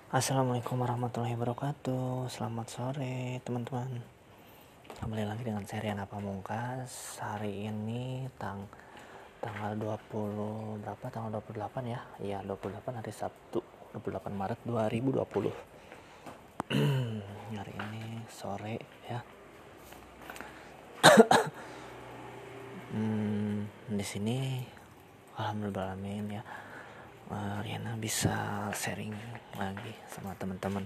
Assalamualaikum warahmatullahi wabarakatuh. Selamat sore teman-teman. Kembali lagi dengan serian Pamungkas. Hari ini tanggal 20 berapa? Tanggal 28 ya. Iya, 28 hari Sabtu, 28 Maret 2020. Hari ini sore ya. Di sini alhamdulillahirrahmanirrahim ya. Riana bisa sharing lagi sama teman-teman.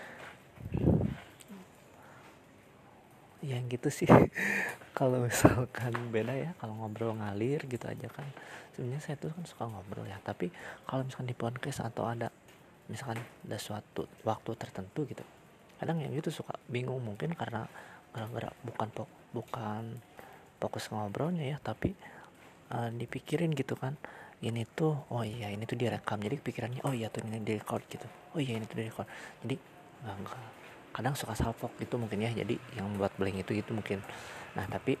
Ya gitu sih. Kalau misalkan beda ya, kalau ngobrol ngalir gitu aja kan. Sebenarnya saya tuh kan suka ngobrol ya, tapi kalau misalkan di podcast atau ada misalkan ada suatu waktu tertentu gitu, kadang yang gitu suka bingung, mungkin karena gara-gara bukan fokus ngobrolnya ya, tapi dipikirin gitu kan, ini tuh oh iya ini tuh direkam, jadi pikirannya oh iya tuh ini direcord gitu, oh iya ini tuh direcord, jadi enggak, kadang suka salfok gitu mungkin ya, jadi yang buat blank itu gitu mungkin. Nah tapi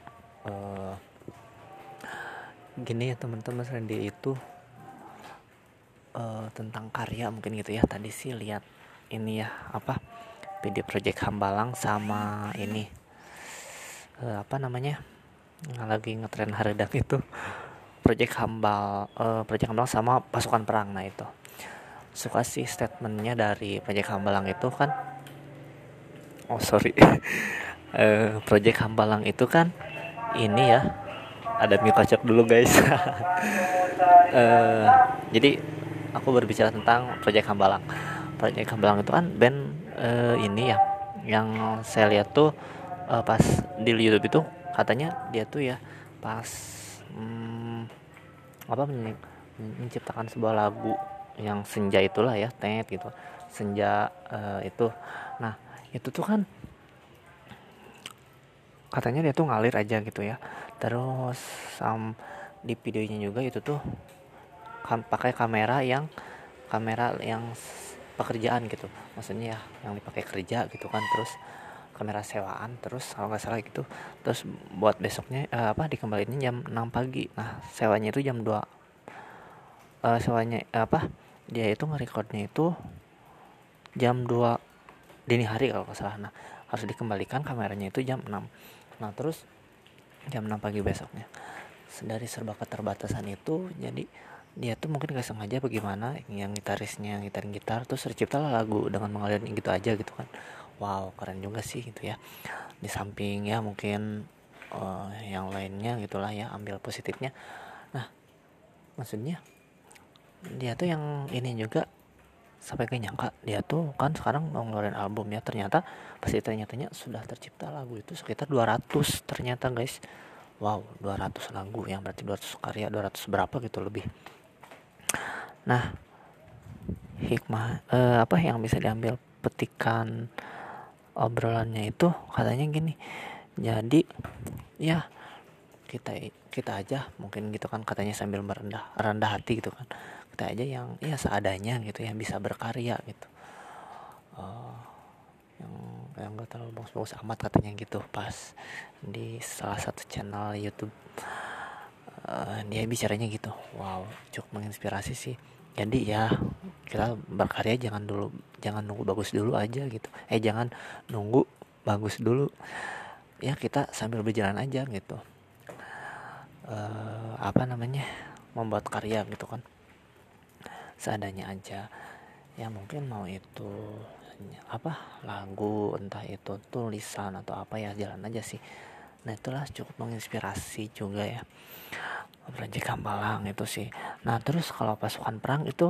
gini ya teman-teman, selain itu tentang karya mungkin gitu ya. Tadi sih lihat ini ya, apa, video project Hambalang sama ini apa namanya, yang lagi ngetren haredak itu project Hambalang sama pasukan perang. Nah itu suka sih statementnya dari project Hambalang itu kan, oh sorry project Hambalang itu kan ini ya, ada mie kocok dulu guys. Jadi aku berbicara tentang Project Hambalang. Project Hambalang itu kan band ini ya, yang saya lihat tuh pas di YouTube itu katanya dia tuh ya pas apa menciptakan sebuah lagu yang senja itulah ya, tet gitu, senja itu. Nah itu tuh kan katanya dia tuh ngalir aja gitu ya. Terus di videonya juga itu tuh pakai kamera yang pekerjaan gitu, maksudnya ya yang dipakai kerja gitu kan, terus kamera sewaan, terus kalau nggak salah gitu, terus buat besoknya dikembaliin jam 6 pagi. Nah sewanya itu jam 2, sewanya dia itu nge-recordnya itu jam 2 dini hari kalau nggak salah. Nah harus dikembalikan kameranya itu jam 6. Nah terus jam 6 pagi besoknya, dari serba keterbatasan itu, jadi dia tuh mungkin gak sengaja bagaimana yang gitarisnya ngitarin gitar, terus terciptalah lagu dengan mengalir gitu aja gitu kan. Wow, keren juga sih gitu ya. Di samping ya mungkin yang lainnya gitulah ya, ambil positifnya. Nah maksudnya dia tuh yang ini juga, sampai gak nyangka dia tuh kan sekarang mau ngeluarin album ya, ternyata pasti ternyatanya sudah tercipta lagu itu sekitar 200 ternyata guys. Wow, 200 lagu, yang berarti 200 karya, 200 berapa gitu lebih. Nah hikmah apa yang bisa diambil petikan obrolannya itu katanya gini, jadi ya kita kita aja mungkin gitu kan, katanya sambil rendah hati gitu kan, kita aja yang ya seadanya gitu ya, bisa berkarya gitu, yang gak terlalu bagus-bagus amat katanya gitu, pas di salah satu channel YouTube dia bicaranya gitu. Wow, cukup menginspirasi sih. Jadi ya kita berkarya jangan nunggu bagus dulu aja gitu, jangan nunggu bagus dulu ya, kita sambil berjalan aja gitu, apa namanya, membuat karya gitu kan, seadanya aja ya. Mungkin mau itu apa, lagu, entah itu tulisan atau apa ya, jalan aja sih. Nah itulah cukup menginspirasi juga ya, Project Hambalang itu sih. Nah terus kalau pasukan perang itu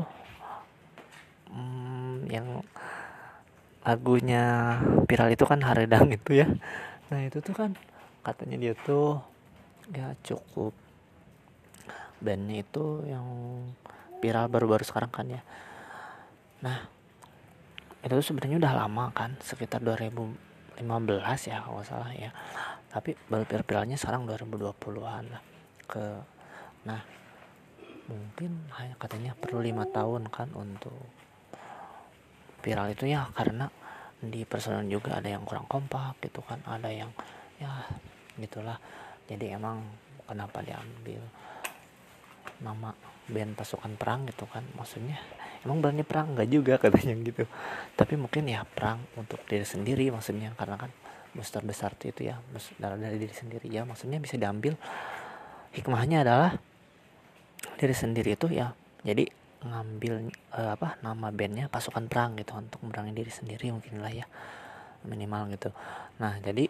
yang lagunya viral itu kan Haredang itu ya. Nah itu tuh kan katanya dia tuh ya cukup, bandnya itu yang viral baru-baru sekarang kan ya. Nah itu tuh sebenarnya udah lama kan, sekitar 2015 ya kalau salah ya, tapi baru viralnya sekarang 2020-an lah ke. Nah mungkin katanya perlu 5 tahun kan untuk viral itu ya, karena di personal juga ada yang kurang kompak gitu kan, ada yang ya gitulah. Jadi emang kenapa diambil nama band pasukan perang gitu kan, maksudnya emang berani perang? Enggak juga katanya gitu. Tapi mungkin ya perang untuk diri sendiri maksudnya, karena kan booster besar itu ya dari diri sendiri ya, maksudnya bisa diambil hikmahnya adalah diri sendiri itu ya, jadi ngambil nama bandnya pasukan perang gitu untuk memerangi diri sendiri mungkin lah ya, minimal gitu. Nah jadi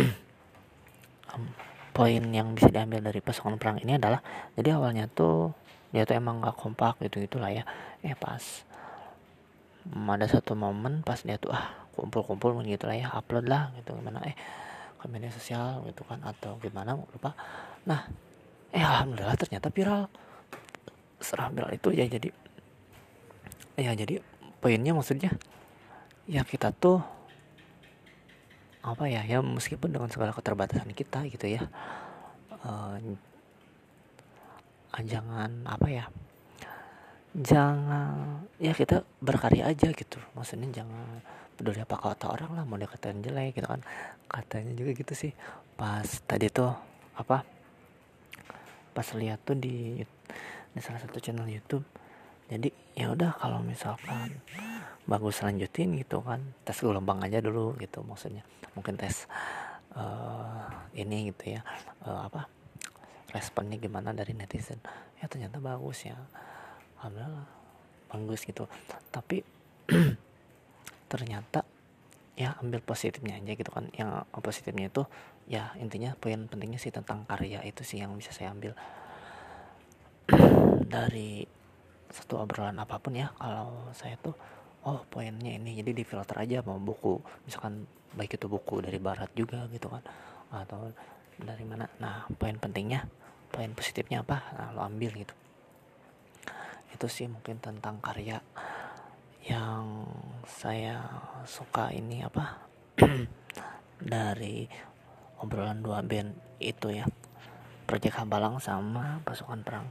poin yang bisa diambil dari pasukan perang ini adalah, jadi awalnya tuh dia tuh emang gak kompak gitu gitulah ya, pas ada satu momen pas dia tuh kumpul gitu lah ya, upload lah gitu gimana ke media sosial gitu kan atau gimana lupa. Nah alhamdulillah ternyata viral. Setelah viral itu ya jadi poinnya maksudnya ya kita tuh ya meskipun dengan segala keterbatasan kita gitu ya, jangan ya kita berkarya aja gitu, maksudnya jangan peduli apa kata orang lah, mau dikatain jelek gitu kan, katanya juga gitu sih pas tadi tuh pas lihat tuh di salah satu channel YouTube. Jadi ya udah kalau misalkan bagus lanjutin gitu kan, tes gelombang aja dulu gitu, maksudnya mungkin tes ini gitu ya, responnya gimana dari netizen. Ya ternyata bagus ya, alhamdulillah bagus gitu. Tapi ternyata ya ambil positifnya aja gitu kan, yang positifnya itu ya intinya poin pentingnya sih tentang karya itu sih yang bisa saya ambil dari satu obrolan apapun ya. Kalau saya tuh poinnya ini, jadi difilter aja mau buku misalkan, baik itu buku dari barat juga gitu kan atau dari mana. Nah poin pentingnya, poin positifnya apa, nah, lo ambil gitu. Itu sih mungkin tentang karya yang saya suka ini dari obrolan dua band itu ya, Project Hambalang sama Pasukan Perang.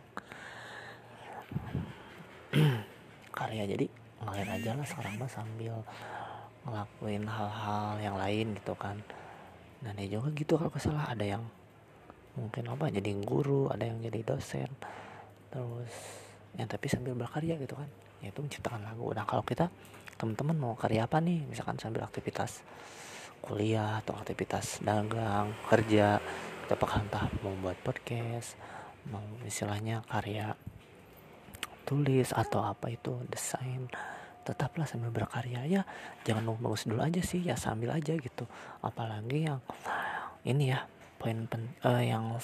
Karya jadi ngalir aja lah sekarang mah sambil ngelakuin hal-hal yang lain gitu kan. Nah dia juga gitu kalau salah, ada yang mungkin jadi guru, ada yang jadi dosen, terus ya tapi sambil berkarya gitu kan, yaitu menciptakan lagu. Nah kalau kita teman-teman mau karya apa nih, misalkan sambil aktivitas kuliah atau aktivitas dagang kerja, kita entah mau buat podcast, mau istilahnya karya tulis atau apa itu desain, tetaplah sambil berkarya ya, jangan nunggu bagus dulu aja sih ya, sambil aja gitu. Apalagi yang ini ya, yang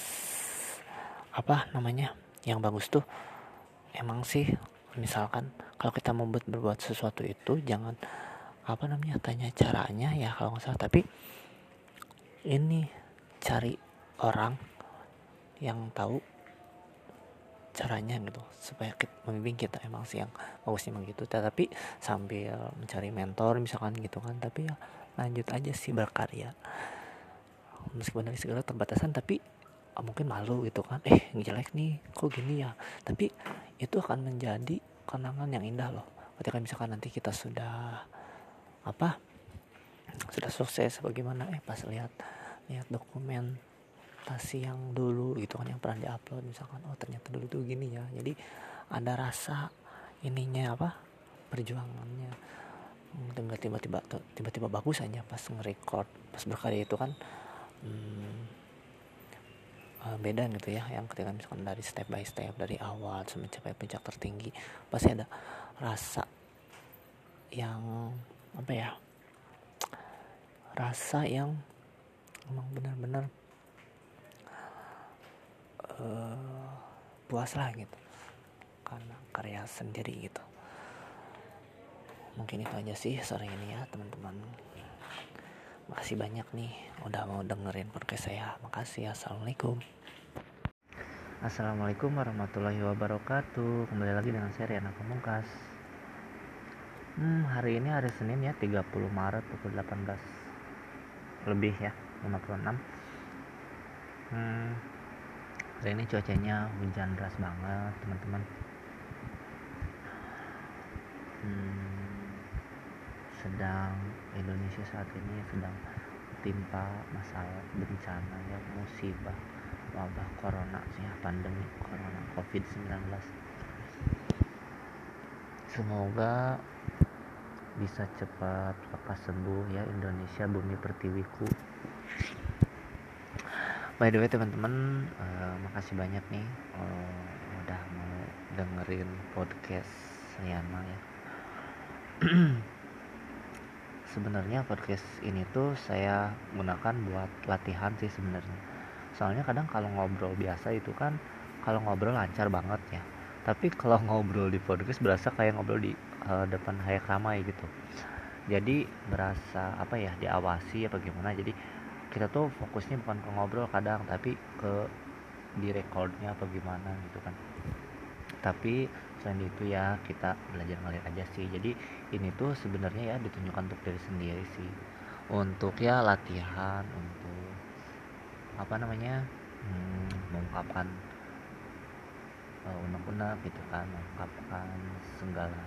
yang bagus tuh emang sih, misalkan kalau kita mau berbuat sesuatu itu jangan tanya caranya ya kalau nggak salah, tapi ini cari orang yang tahu caranya gitu supaya membimbing kita. Emang sih yang bagusnya emang gitu, tapi sambil mencari mentor misalkan gitu kan. Tapi ya lanjut aja sih berkarya meskipun dari segala terbatasan, tapi mungkin malu gitu kan, jelek nih kok gini ya, tapi itu akan menjadi kenangan yang indah loh ketika misalkan nanti kita sudah sudah sukses bagaimana, pas lihat dokumentasi yang dulu gitu kan yang pernah diupload misalkan, ternyata dulu tuh gini ya. Jadi ada rasa ininya perjuangannya. Tiba-tiba bagus aja pas nge-record, pas berkarya itu kan beda gitu ya, yang ketika misalkan dari step by step dari awal sampai mencapai puncak tertinggi, pasti ada rasa yang rasa yang emang benar-benar puas lah gitu karena karya sendiri gitu. Mungkin itu aja sih sore ini ya teman-teman. Makasih banyak nih udah mau dengerin podcast saya. Makasih. Assalamualaikum warahmatullahi wabarakatuh. Kembali lagi dengan saya Riana Pamungkas. Hari ini hari Senin ya, 30 Maret pukul 18 lebih ya, 56. Hari ini cuacanya hujan deras banget teman-teman. Sedang Indonesia saat ini sedang timpa masalah bencana ya, musibah wabah corona ya, pandemi corona COVID-19. Semoga bisa cepat lekas sembuh ya Indonesia bumi pertiwiku. By the way teman-teman, makasih banyak nih udah mau dengerin podcast Riana ya. Sebenarnya podcast ini tuh saya gunakan buat latihan sih sebenarnya. Soalnya kadang kalau ngobrol biasa itu kan kalau ngobrol lancar banget ya. Tapi kalau ngobrol di podcast berasa kayak ngobrol di depan halayak ramai gitu. Jadi berasa apa ya, diawasi apa gimana. Jadi kita tuh fokusnya bukan ke ngobrol kadang, tapi ke di recordnya apa gimana gitu kan. Tapi selain itu ya kita belajar ngalir aja sih. Jadi ini tuh sebenarnya ya ditunjukkan untuk diri sendiri sih, untuk ya latihan untuk apa namanya, mengungkapkan unek-unek gitu kan, mengungkapkan segala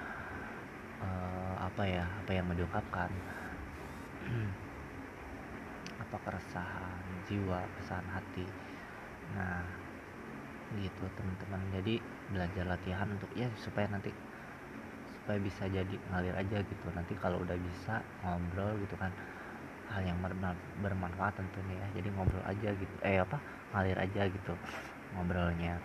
apa yang mau diungkapkan. Apa keresahan jiwa, keresahan hati. Nah gitu teman-teman, jadi belajar latihan untuk ya supaya bisa jadi ngalir aja gitu. Nanti kalau udah bisa ngobrol gitu kan, hal yang bermanfaat tentunya ya. Jadi ngobrol aja gitu, ngalir aja gitu ngobrolnya.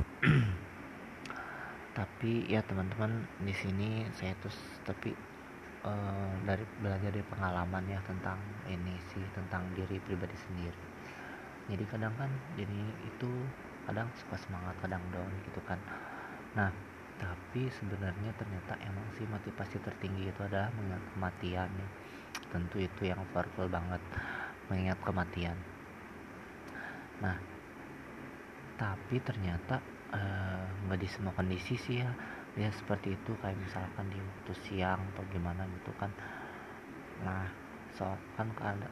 Tapi ya teman-teman, di sini saya tuh tapi dari belajar dari pengalaman ya tentang ini sih, tentang diri pribadi sendiri. Jadi kadang kan jadi itu kadang suka semangat, kadang down gitu kan. Nah tapi sebenarnya ternyata emang sih motivasi tertinggi itu adalah mengingat kematian ya. Tentu itu yang powerful banget, mengingat kematian. Nah tapi ternyata nggak di semua kondisi sih ya seperti itu. Kayak misalkan di waktu siang atau gimana gitu kan. Nah so kan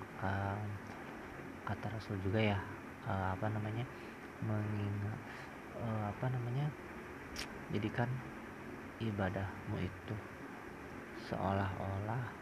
kata Rasul juga ya, mengingat jadikan ibadahmu itu seolah-olah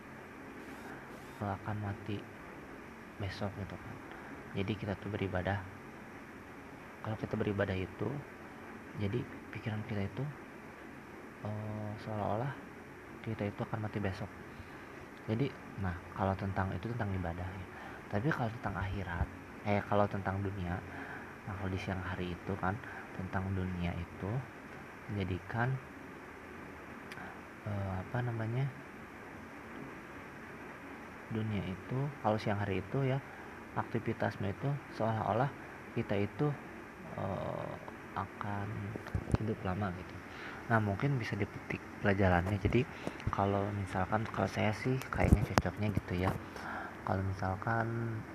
akan mati besok gitu kan. Jadi kita tuh beribadah, kalau kita beribadah itu jadi pikiran kita itu seolah-olah kita itu akan mati besok. Jadi nah kalau tentang itu tentang ibadah ya. Tapi kalau tentang akhirat, kalau tentang dunia, nah kalau di siang hari itu kan tentang dunia itu menjadikan dunia itu kalau siang hari itu ya aktivitasnya itu seolah-olah kita itu akan hidup lama gitu. Nah mungkin bisa dipetik pelajarannya. Jadi kalau misalkan kalau saya sih kayaknya cocoknya gitu ya, kalau misalkan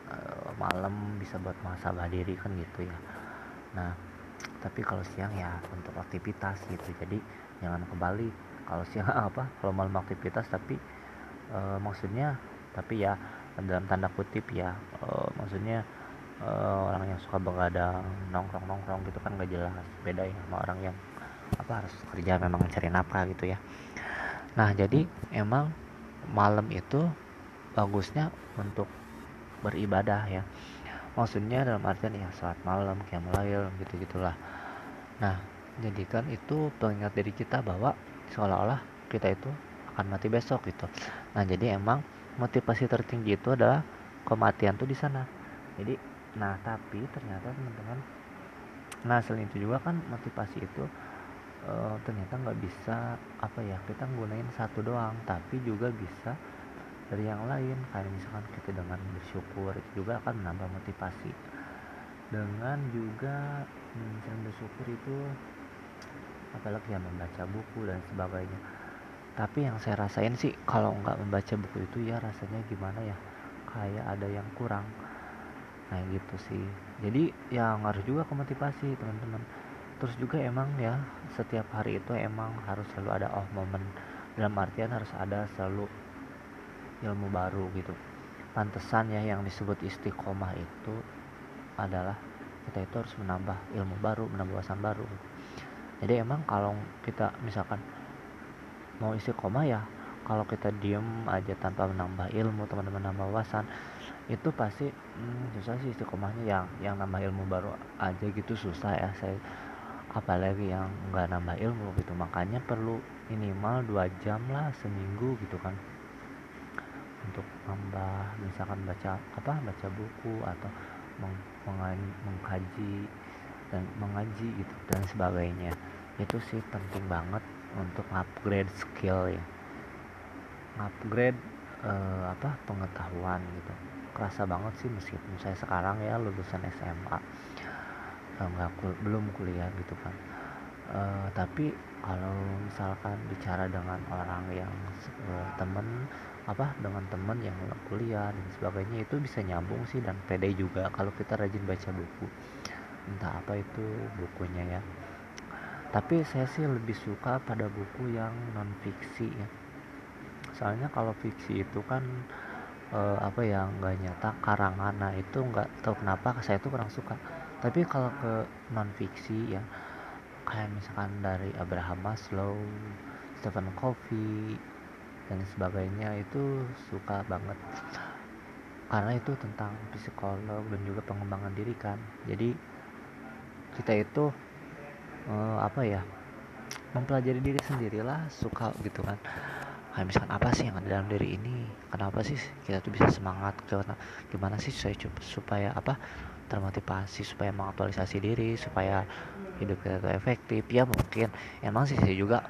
malam bisa buat muhasabah diri kan gitu ya. Nah tapi kalau siang ya untuk aktivitas gitu. Jadi jangan kebalik, kalau siang kalau malam aktivitas tapi maksudnya tapi ya dalam tanda kutip ya, maksudnya orang yang suka begadang nongkrong gitu kan gak jelas, beda ya sama orang yang harus kerja memang mencari nafkah gitu ya. Nah jadi emang malam itu bagusnya untuk beribadah ya, maksudnya dalam artian ya salat malam, qiyamul lail gitu-gitulah. Nah jadikan itu pengingat diri kita bahwa seolah-olah kita itu akan mati besok gitu. Nah jadi emang motivasi tertinggi itu adalah kematian tuh di sana. Jadi nah tapi ternyata teman-teman, nah selain itu juga kan motivasi itu ternyata nggak bisa kita gunain satu doang, tapi juga bisa dari yang lain. Kayak misalkan kita dengan bersyukur itu juga akan menambah motivasi. Dengan juga misalnya bersyukur itu apalagi ya membaca buku dan sebagainya. Tapi yang saya rasain sih kalau nggak membaca buku itu ya rasanya gimana ya, kayak ada yang kurang. Nah gitu sih. Jadi ya ngaruh juga ke motivasi teman-teman. Terus juga emang ya setiap hari itu emang harus selalu ada momen, dalam artian harus ada selalu ilmu baru gitu. Pantesan ya yang disebut istiqomah itu adalah kita itu harus menambah ilmu baru, menambah wawasan baru. Jadi emang kalau kita misalkan mau istiqomah ya, kalau kita diem aja tanpa menambah ilmu, teman-teman nambah wawasan, itu pasti susah sih istiqomahnya. Yang nambah ilmu baru aja gitu susah ya, saya apalagi yang nggak nambah ilmu gitu. Makanya perlu minimal 2 jam lah seminggu gitu kan, untuk nambah misalkan baca buku atau mengkaji dan mengaji gitu dan sebagainya. Itu sih penting banget untuk upgrade skill ya, upgrade pengetahuan gitu. Kerasa banget sih meskipun saya sekarang ya lulusan SMA, belum kuliah gitu kan. Tapi kalau misalkan bicara dengan orang yang dengan temen yang kuliah dan sebagainya, itu bisa nyambung sih dan pede juga kalau kita rajin baca buku, entah apa itu bukunya ya. Tapi saya sih lebih suka pada buku yang non fiksi ya, soalnya kalau fiksi itu kan nggak nyata karangan. Nah itu nggak tahu kenapa saya tuh kurang suka. Tapi kalau ke non fiksi ya, kayak misalkan dari Abraham Maslow, Stephen Covey dan sebagainya, itu suka banget karena itu tentang psikolog dan juga pengembangan diri kan. Jadi kita itu mempelajari diri sendirilah, suka gitu kan. Kayak misalkan apa sih yang ada dalam diri ini, kenapa sih kita tuh bisa semangat, gimana sih supaya termotivasi, supaya mengaktualisasi diri, supaya hidup kita tuh efektif. Ya mungkin emang sih saya juga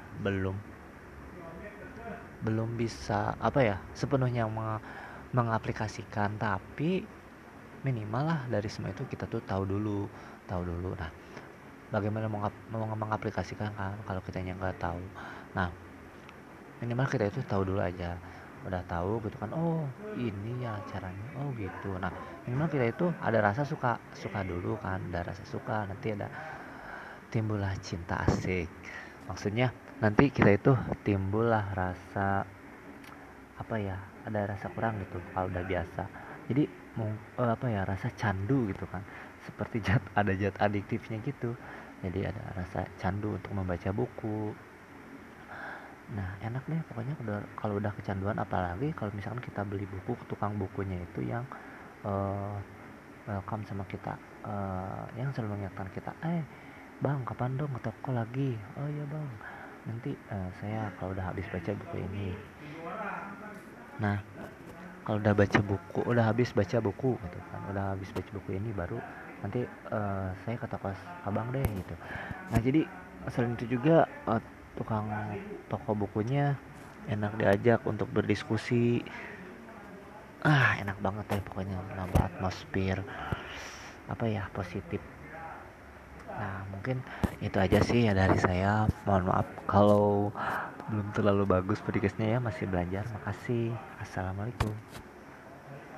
belum bisa sepenuhnya mengaplikasikan, tapi minimal lah dari semua itu kita tuh tahu dulu. Nah bagaimana mau mengaplikasikan kan kalau kita yang nggak tahu. Nah minimal kita itu tahu dulu aja, udah tahu gitu kan, oh ini ya caranya, oh gitu. Nah minimal kita itu ada rasa suka dulu kan, ada rasa suka, nanti ada timbullah cinta, asik. Maksudnya nanti kita itu timbullah rasa ada rasa kurang gitu kalau udah biasa. Jadi rasa candu gitu kan, seperti ada zat adiktifnya gitu. Jadi ada rasa candu untuk membaca buku. Nah enak deh pokoknya kalau udah kecanduan, apalagi kalau misalkan kita beli buku, tukang bukunya itu yang welcome sama kita, yang selalu mengingatkan kita, bang kapan dong ke toko lagi, oh iya bang nanti saya kalau udah habis baca buku ini. Nah kalau udah habis baca buku gitu kan, udah habis baca buku ini baru nanti saya ke toko abang deh gitu. Nah jadi selain itu juga tukang toko bukunya enak diajak untuk berdiskusi. Enak banget deh pokoknya, nambah atmosfer positif. Nah mungkin itu aja sih ya dari saya, mohon maaf kalau belum terlalu bagus podcastnya ya, masih belajar. Makasih, assalamualaikum.